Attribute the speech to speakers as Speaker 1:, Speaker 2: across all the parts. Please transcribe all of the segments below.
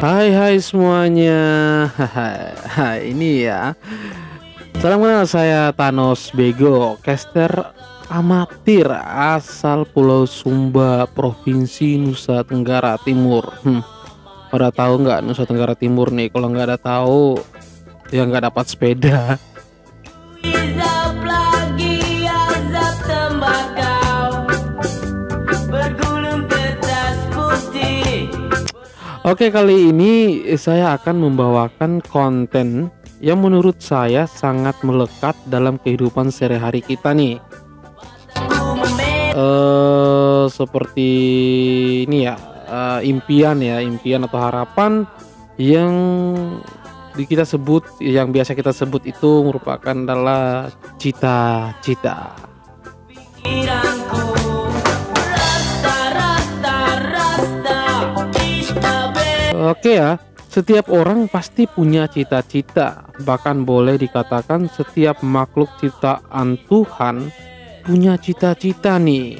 Speaker 1: Hai semuanya. Ini ya. Salam kenal, saya Thanos Bego, caster amatir asal Pulau Sumba, Provinsi Nusa Tenggara Timur. Pada tahu nggak Nusa Tenggara Timur nih? Kalau nggak ada tahu, ya nggak dapat sepeda.
Speaker 2: Azab lagi, azab tembakau bergulung kertas putih.
Speaker 1: Oke, kali ini saya akan membawakan konten yang menurut saya sangat melekat dalam kehidupan sehari-hari kita nih. Seperti ini ya, impian atau harapan yang kita sebut, yang biasa kita sebut itu merupakan adalah cita-cita.
Speaker 2: Pikiranku rasta rasta rasta istabe.
Speaker 1: Oke ya, setiap orang pasti punya cita-cita. Bahkan boleh dikatakan setiap makhluk ciptaan Tuhan punya cita-cita nih.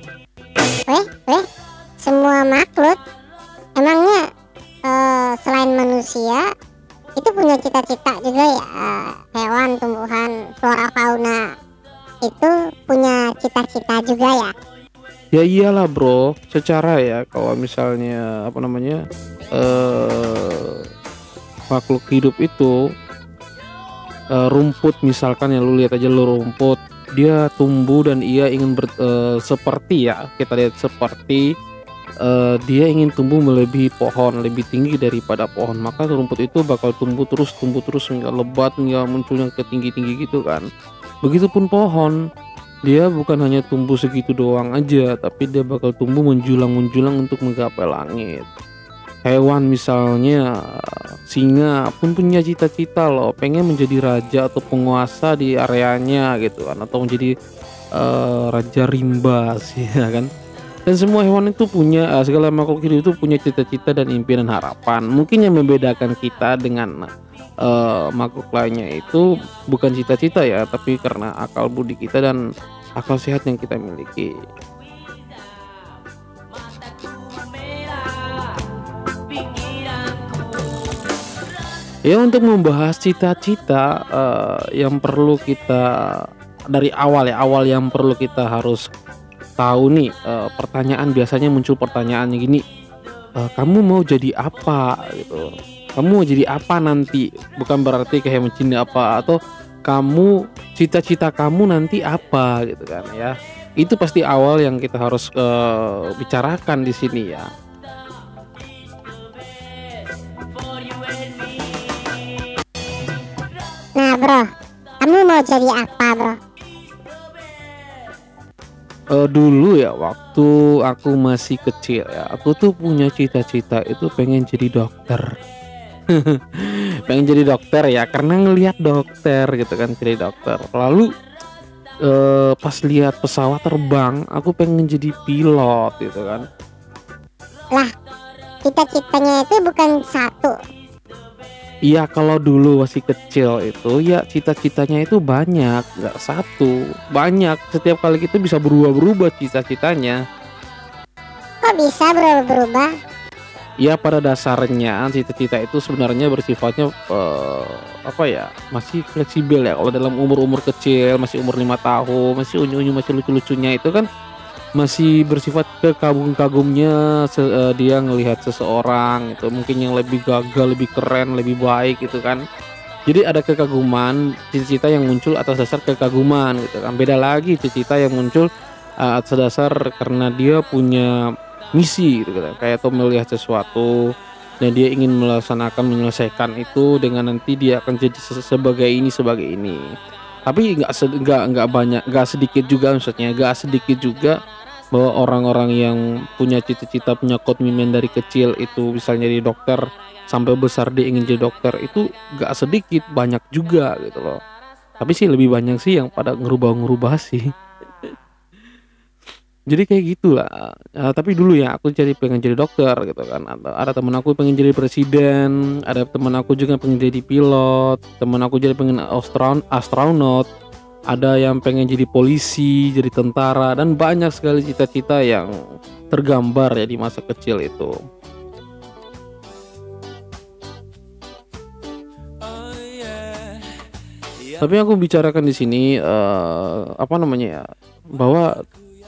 Speaker 3: Semua makhluk emangnya selain manusia itu punya cita-cita juga ya. Hewan, tumbuhan, flora, fauna itu punya cita-cita juga ya.
Speaker 1: Ya iyalah bro, secara ya kalau misalnya makhluk hidup itu rumput misalkan, ya lu lihat aja lu rumput, dia tumbuh dan ia ingin seperti ya, kita lihat seperti dia ingin tumbuh melebihi pohon, lebih tinggi daripada pohon, maka rumput itu bakal tumbuh terus hingga lebat, hingga munculnya ke tinggi-tinggi gitu kan. Begitupun pohon, dia bukan hanya tumbuh segitu doang aja, tapi dia bakal tumbuh menjulang untuk menggapai langit. Hewan misalnya singa pun punya cita-cita loh, pengen menjadi raja atau penguasa di areanya gitu kan, atau menjadi raja rimba sih ya kan. Dan semua hewan itu punya, segala makhluk hidup itu punya cita-cita dan impian dan harapan. Mungkin yang membedakan kita dengan makhluk lainnya itu bukan cita-cita ya, tapi karena akal budi kita dan akal sehat yang kita miliki. Ya, untuk membahas cita-cita yang perlu kita dari awal yang perlu kita harus tahu nih, biasanya muncul pertanyaannya gini, kamu mau jadi apa gitu, kamu mau jadi apa nanti, bukan berarti kayak mencini apa, atau kamu cita-cita kamu nanti apa gitu kan ya. Itu pasti awal yang kita harus bicarakan di sini ya.
Speaker 3: Nah bro, kamu mau jadi apa bro?
Speaker 1: Dulu ya, waktu aku masih kecil ya, aku tuh punya cita-cita itu pengen jadi dokter. Pengen jadi dokter ya, karena ngelihat dokter gitu kan, jadi dokter. Lalu pas lihat pesawat terbang, aku pengen jadi pilot gitu kan.
Speaker 3: Lah, cita-citanya itu bukan satu.
Speaker 1: Iya, kalau dulu masih kecil itu ya cita-citanya itu banyak, nggak satu, banyak. Setiap kali itu bisa berubah-berubah cita-citanya.
Speaker 3: Kok bisa berubah-berubah?
Speaker 1: Ya, pada dasarnya cita-cita itu sebenarnya bersifatnya masih fleksibel ya. Kalau dalam umur-umur kecil, masih umur 5 tahun, masih unyu-unyu, masih lucu-lucunya itu kan masih bersifat kekagum-kagumnya, dia ngelihat seseorang itu mungkin yang lebih gagal, lebih keren, lebih baik gitu kan. Jadi ada kekaguman, cita-cita yang muncul atas dasar kekaguman gitu kan. Beda lagi cita-cita yang muncul atas dasar karena dia punya misi gitu kan. Kayak tuh melihat sesuatu dan dia ingin menyelesaikan itu dengan nanti dia akan jadi sebagai ini. Tapi nggak sedikit juga, maksudnya nggak sedikit juga bahwa orang-orang yang punya cita-cita, punya komitmen dari kecil itu misalnya jadi dokter, sampai besar dia ingin jadi dokter, itu nggak sedikit, banyak juga gitu loh. Tapi sih lebih banyak sih yang pada ngerubah sih. Jadi kayak gitulah. Tapi dulu ya aku pengen jadi dokter gitu kan. Ada teman aku pengen jadi presiden, ada teman aku juga pengen jadi pilot, teman aku jadi pengen astronot, ada yang pengen jadi polisi, jadi tentara, dan banyak sekali cita-cita yang tergambar ya di masa kecil itu. Tapi aku bicarakan di sini apa namanya ya, bahwa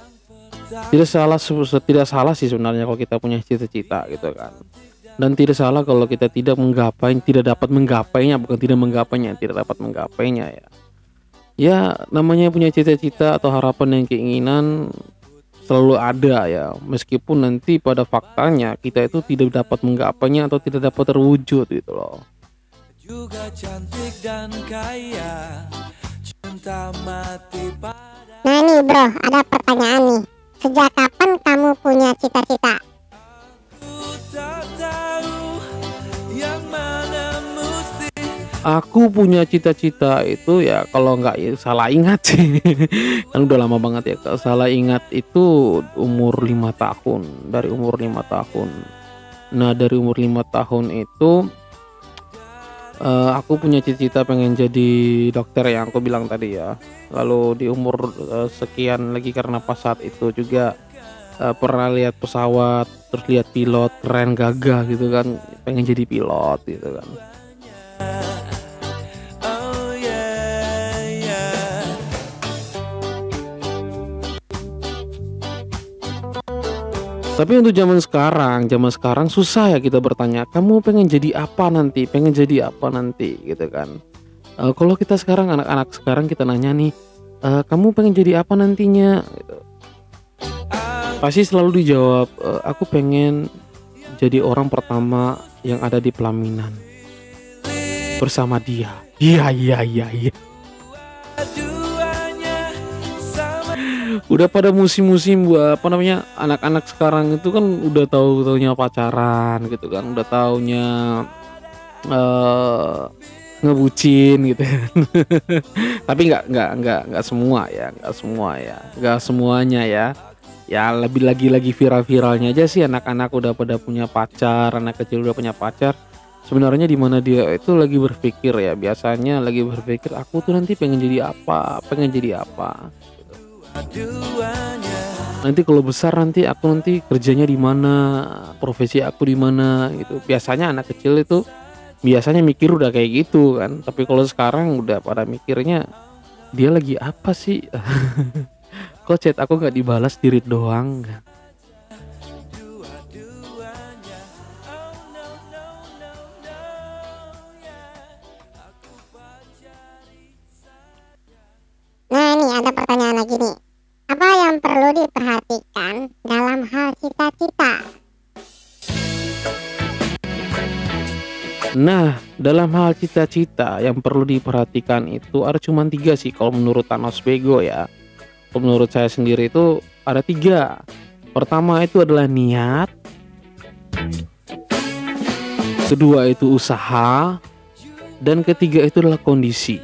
Speaker 1: tidak salah sih sebenarnya kalau kita punya cita-cita gitu kan. Dan tidak salah kalau kita tidak dapat menggapainya, bukan tidak menggapainya, tidak dapat menggapainya ya. Ya namanya punya cita-cita atau harapan dan keinginan selalu ada ya, meskipun nanti pada faktanya kita itu tidak dapat menggapainya atau tidak dapat terwujud gitu loh.
Speaker 4: Juga cantik dan kaya, cinta mati
Speaker 3: Nah nih bro, ada pertanyaan nih. Sejak kapan kamu punya cita-cita?
Speaker 4: tak tahu yang mana mesti.
Speaker 1: Aku punya cita-cita itu ya, kalau nggak salah ingat sih kan udah lama banget ya, kalau salah ingat itu umur 5 tahun, dari umur 5 tahun. Nah dari umur 5 tahun itu aku punya cita-cita pengen jadi dokter yang aku bilang tadi ya. Lalu di umur sekian lagi, karena pas saat itu juga pernah lihat pesawat, terus lihat pilot keren gagah gitu kan, pengen jadi pilot gitu kan.
Speaker 4: Oh yeah, yeah.
Speaker 1: Tapi untuk zaman sekarang susah ya kita bertanya, kamu pengen jadi apa nanti, gitu kan. Kalau kita sekarang, anak-anak sekarang, kita nanya nih, kamu pengen jadi apa nantinya gitu. Pasti selalu dijawab, aku pengen jadi orang pertama yang ada di pelaminan bersama dia. Iya.
Speaker 4: Duanya sama
Speaker 1: Udah pada musim-musim buat apa namanya, anak-anak sekarang itu kan udah taunya pacaran gitu kan, udah taunya ngebucin gitu kan. Tapi nggak semua ya, nggak semuanya ya. Ya lebih lagi viral-viralnya aja sih, anak-anak udah pada punya pacar, anak kecil udah punya pacar. Sebenarnya di mana dia itu lagi berpikir ya, biasanya lagi berpikir aku tuh nanti pengen jadi apa.
Speaker 4: duanya.
Speaker 1: Nanti kalau besar nanti kerjanya di mana, profesi aku di mana gitu. Biasanya anak kecil itu biasanya mikir udah kayak gitu kan. Tapi kalau sekarang udah pada mikirnya dia lagi apa sih? Kok chat aku nggak dibalas, di-read doang.
Speaker 4: Dua-duanya. Oh no no no no. Aku pelajari.
Speaker 3: Nah ini ada pertanyaan lagi nih. Apa yang perlu diperhatikan dalam hal cita-cita?
Speaker 1: Nah, dalam hal cita-cita yang perlu diperhatikan itu ada cuma 3 sih kalau menurut Thanos Bego ya. Kalau menurut saya sendiri itu ada 3. Pertama itu adalah niat, kedua itu usaha, dan ketiga itu adalah kondisi.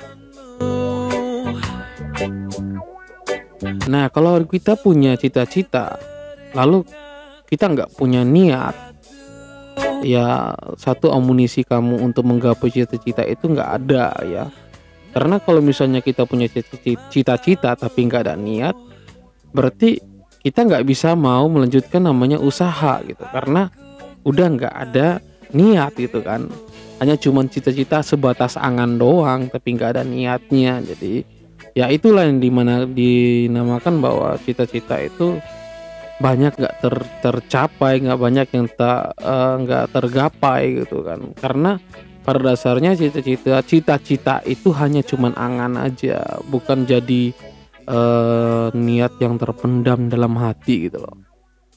Speaker 1: Nah, kalau kita punya cita-cita, lalu kita nggak punya niat, ya satu amunisi kamu untuk menggapai cita-cita itu nggak ada ya. Karena kalau misalnya kita punya cita-cita tapi nggak ada niat, berarti kita nggak bisa mau melanjutkan namanya usaha gitu. Karena udah nggak ada niat gitu kan. Hanya cuman cita-cita sebatas angan doang tapi nggak ada niatnya. Jadi ya itulah yang dinamakan bahwa cita-cita itu banyak nggak tercapai, nggak banyak yang nggak tergapai gitu kan. Karena pada dasarnya cita-cita itu hanya cuman angan aja, bukan jadi niat yang terpendam dalam hati gitu loh.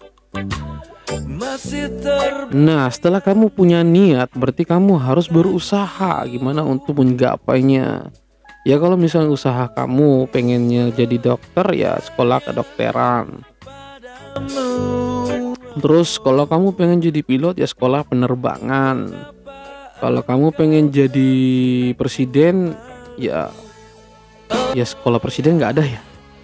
Speaker 1: Nah, setelah kamu punya niat, berarti kamu harus berusaha gimana untuk menggapainya. Ya kalau misalnya usaha kamu pengennya jadi dokter, ya sekolah kedokteran. Terus kalau kamu pengen jadi pilot, ya sekolah penerbangan. Kalau kamu pengen jadi presiden, ya sekolah presiden nggak ada ya.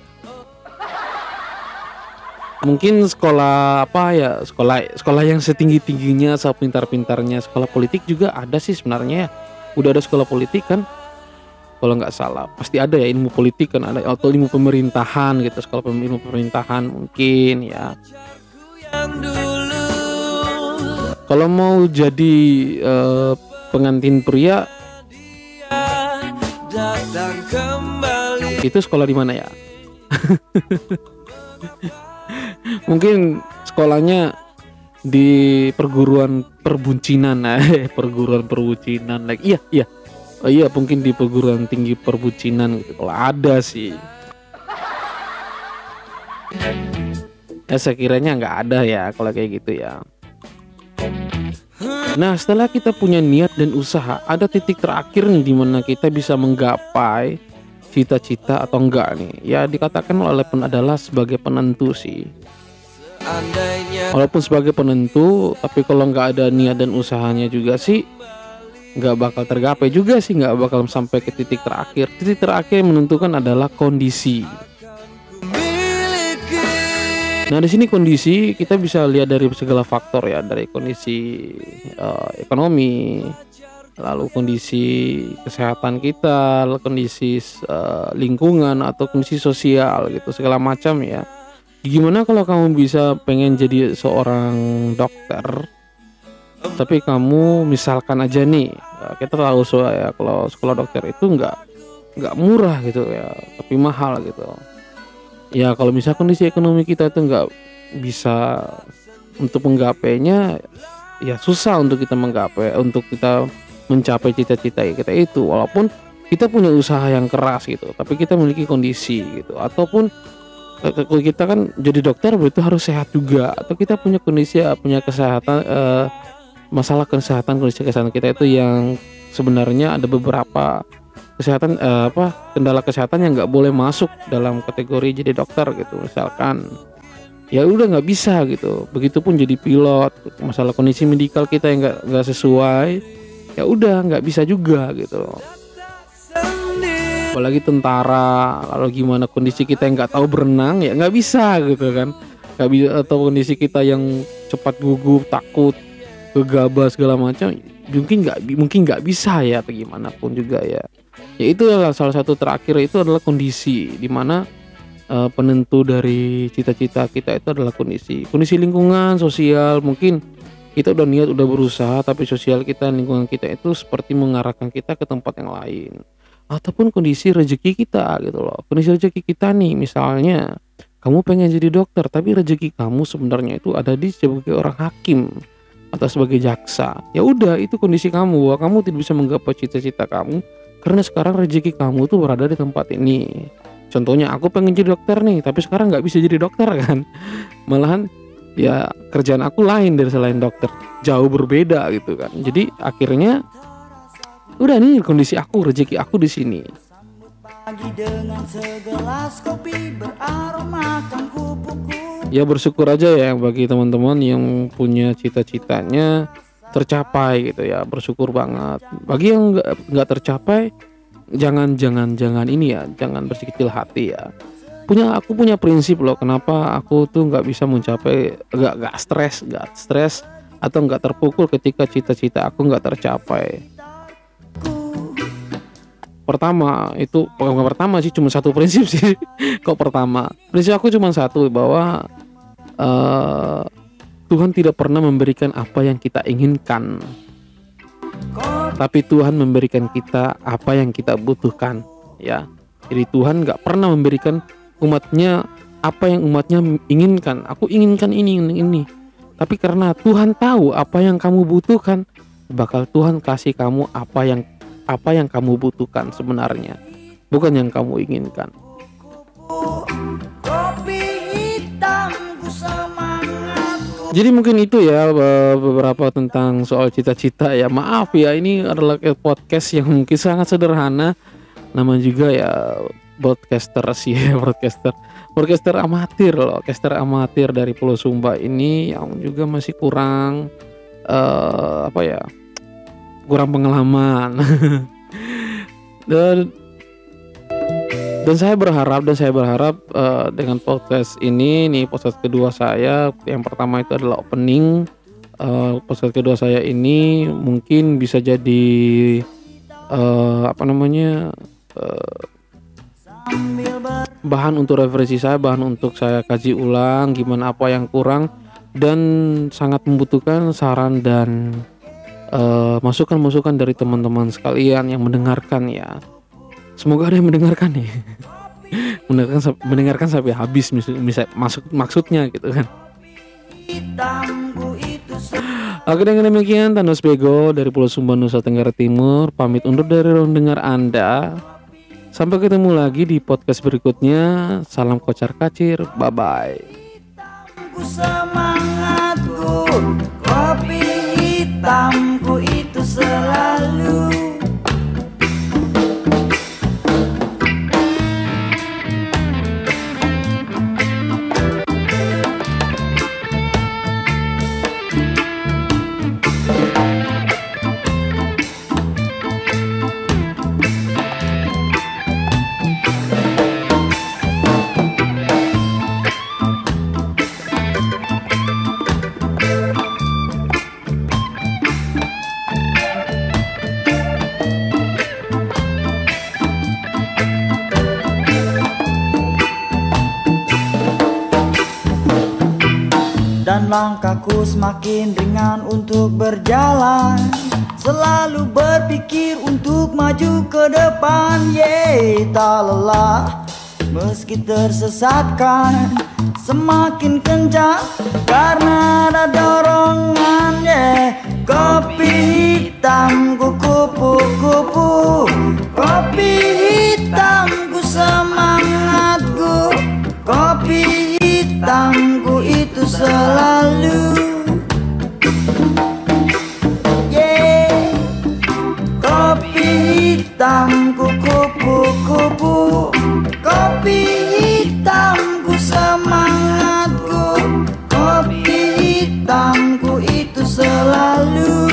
Speaker 1: Mungkin sekolah apa ya, sekolah yang setinggi-tingginya, sepintar-pintarnya sekolah politik juga ada sih sebenarnya. Udah ada sekolah politik kan, kalau nggak salah pasti ada ya, ilmu politik kan ada, atau ilmu pemerintahan gitu, sekolah ilmu pemerintahan mungkin ya. Kalau mau jadi pengantin pria,
Speaker 4: kembali.
Speaker 1: Itu sekolah di mana ya? Mungkin sekolahnya di perguruan perbucinan. Perguruan perbucinan lagi. Iya, iya. Oh iya, mungkin di perguruan tinggi perbucinan gitu. Kalau ada sih. Ya sekiranya nggak ada ya kalau kayak gitu ya. Nah, setelah kita punya niat dan usaha, ada titik terakhir nih di mana kita bisa menggapai cita-cita atau enggak nih. Ya dikatakan oleh adalah sebagai penentu sih.
Speaker 4: Andainya
Speaker 1: Walaupun sebagai penentu, tapi kalau nggak ada niat dan usahanya juga sih nggak bakal tergapai juga sih, nggak bakal sampai ke titik terakhir. Titik terakhir yang menentukan adalah kondisi.
Speaker 4: miliki.
Speaker 1: Nah di sini kondisi kita bisa lihat dari segala faktor ya, dari kondisi ekonomi, lalu kondisi kesehatan kita, lalu kondisi lingkungan atau kondisi sosial gitu, segala macam ya. Gimana kalau kamu bisa pengen jadi seorang dokter, tapi kamu misalkan aja nih, kita tahu ya kalau sekolah dokter itu nggak murah gitu ya, tapi mahal gitu. Ya kalau misalkan kondisi ekonomi kita itu nggak bisa untuk menggapainya, ya susah untuk kita menggapai, untuk kita mencapai cita-cita kita itu. Walaupun kita punya usaha yang keras gitu, tapi kita memiliki kondisi gitu, ataupun kalau kita kan jadi dokter itu harus sehat juga, atau kita punya kondisi punya kesehatan, masalah kesehatan, kondisi kesehatan kita itu yang sebenarnya ada beberapa kesehatan kendala kesehatan yang nggak boleh masuk dalam kategori jadi dokter gitu. Misalkan ya udah nggak bisa gitu, begitupun jadi pilot, masalah kondisi medikal kita yang nggak sesuai, ya udah nggak bisa juga gitu. Apalagi tentara, kalau gimana kondisi kita yang nggak tahu berenang ya nggak bisa gitu kan, nggak bisa. Atau kondisi kita yang cepat gugup, takut, gegabah segala macam, mungkin nggak bisa ya, atau gimana pun juga ya. Ya itu adalah salah satu terakhir, itu adalah kondisi di mana penentu dari cita-cita kita itu adalah kondisi lingkungan, sosial. Mungkin kita udah niat, udah berusaha, tapi sosial kita, lingkungan kita itu seperti mengarahkan kita ke tempat yang lain. Ataupun kondisi rezeki kita gitu loh. Kondisi rezeki kita nih, misalnya kamu pengen jadi dokter, tapi rezeki kamu sebenarnya itu ada di sebagai orang hakim atau sebagai jaksa. Ya udah, itu kondisi kamu, bahwa kamu tidak bisa menggapai cita-cita kamu karena sekarang rezeki kamu tuh berada di tempat ini. Contohnya aku pengen jadi dokter nih, tapi sekarang nggak bisa jadi dokter kan. Malahan ya kerjaan aku lain dari selain dokter, jauh berbeda gitu kan. Jadi akhirnya udah nih kondisi aku, rezeki aku di sini.
Speaker 5: Pagi dengan segelas kopi beraromakan kupu-kupu.
Speaker 1: Ya bersyukur aja ya bagi teman-teman yang punya cita-citanya tercapai gitu ya, bersyukur banget. Bagi yang nggak tercapai, jangan ini ya, jangan berkecil hati ya. Aku punya prinsip loh, kenapa aku tuh nggak bisa mencapai, nggak stres atau nggak terpukul ketika cita-cita aku nggak tercapai. Pertama itu, bukan pertama sih, cuma satu prinsip sih. Kok pertama? Prinsip aku cuma satu, bahwa Tuhan tidak pernah memberikan apa yang kita inginkan, tapi Tuhan memberikan kita apa yang kita butuhkan ya. Jadi Tuhan nggak pernah memberikan umatnya apa yang umatnya inginkan. Aku inginkan ini, tapi karena Tuhan tahu apa yang kamu butuhkan, bakal Tuhan kasih kamu apa yang kamu butuhkan sebenarnya, bukan yang kamu inginkan.
Speaker 5: Kopi hitamku semangatku.
Speaker 1: Jadi mungkin itu ya beberapa tentang soal cita-cita ya. Maaf ya, ini adalah podcast yang mungkin sangat sederhana. Nama juga ya broadcaster sih ya, broadcaster amatir loh, caster amatir dari Pulau Sumba ini yang juga masih kurang kurang pengalaman. dan saya berharap dengan podcast ini nih, podcast kedua saya, yang pertama itu adalah opening, podcast kedua saya ini mungkin bisa jadi bahan untuk referensi saya, bahan untuk saya kaji ulang gimana apa yang kurang, dan sangat membutuhkan saran dan masukan-masukan dari teman-teman sekalian yang mendengarkan ya. Semoga ada yang mendengarkan nih. mendengarkan sampai habis maksudnya gitu kan.
Speaker 5: Hitamku itu
Speaker 1: Oke, dengan demikian Thanos Bego dari Pulau Sumba, Nusa Tenggara Timur pamit undur dari ruang dengar Anda. Sampai ketemu lagi di podcast berikutnya. Salam kocar kacir, bye bye.
Speaker 5: semangatku, kopi hitamku itu selalu. Dan langkahku semakin ringan untuk berjalan, selalu berpikir untuk maju ke depan. Tak lelah meski tersesatkan, semakin kencang karena ada dorongan. Kopi hitamku kupu-kupu, kopi hitamku semangatku, kopi hitamku itu selalu. Kopi hitamku kupu-kupu, kopi hitamku semangatku, kopi hitamku itu selalu.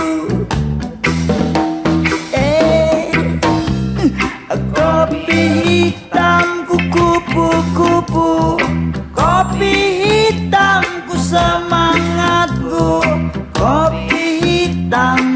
Speaker 5: Kopi hitamku kupu-kupu, kopi hitamku semangatku, kopi hitam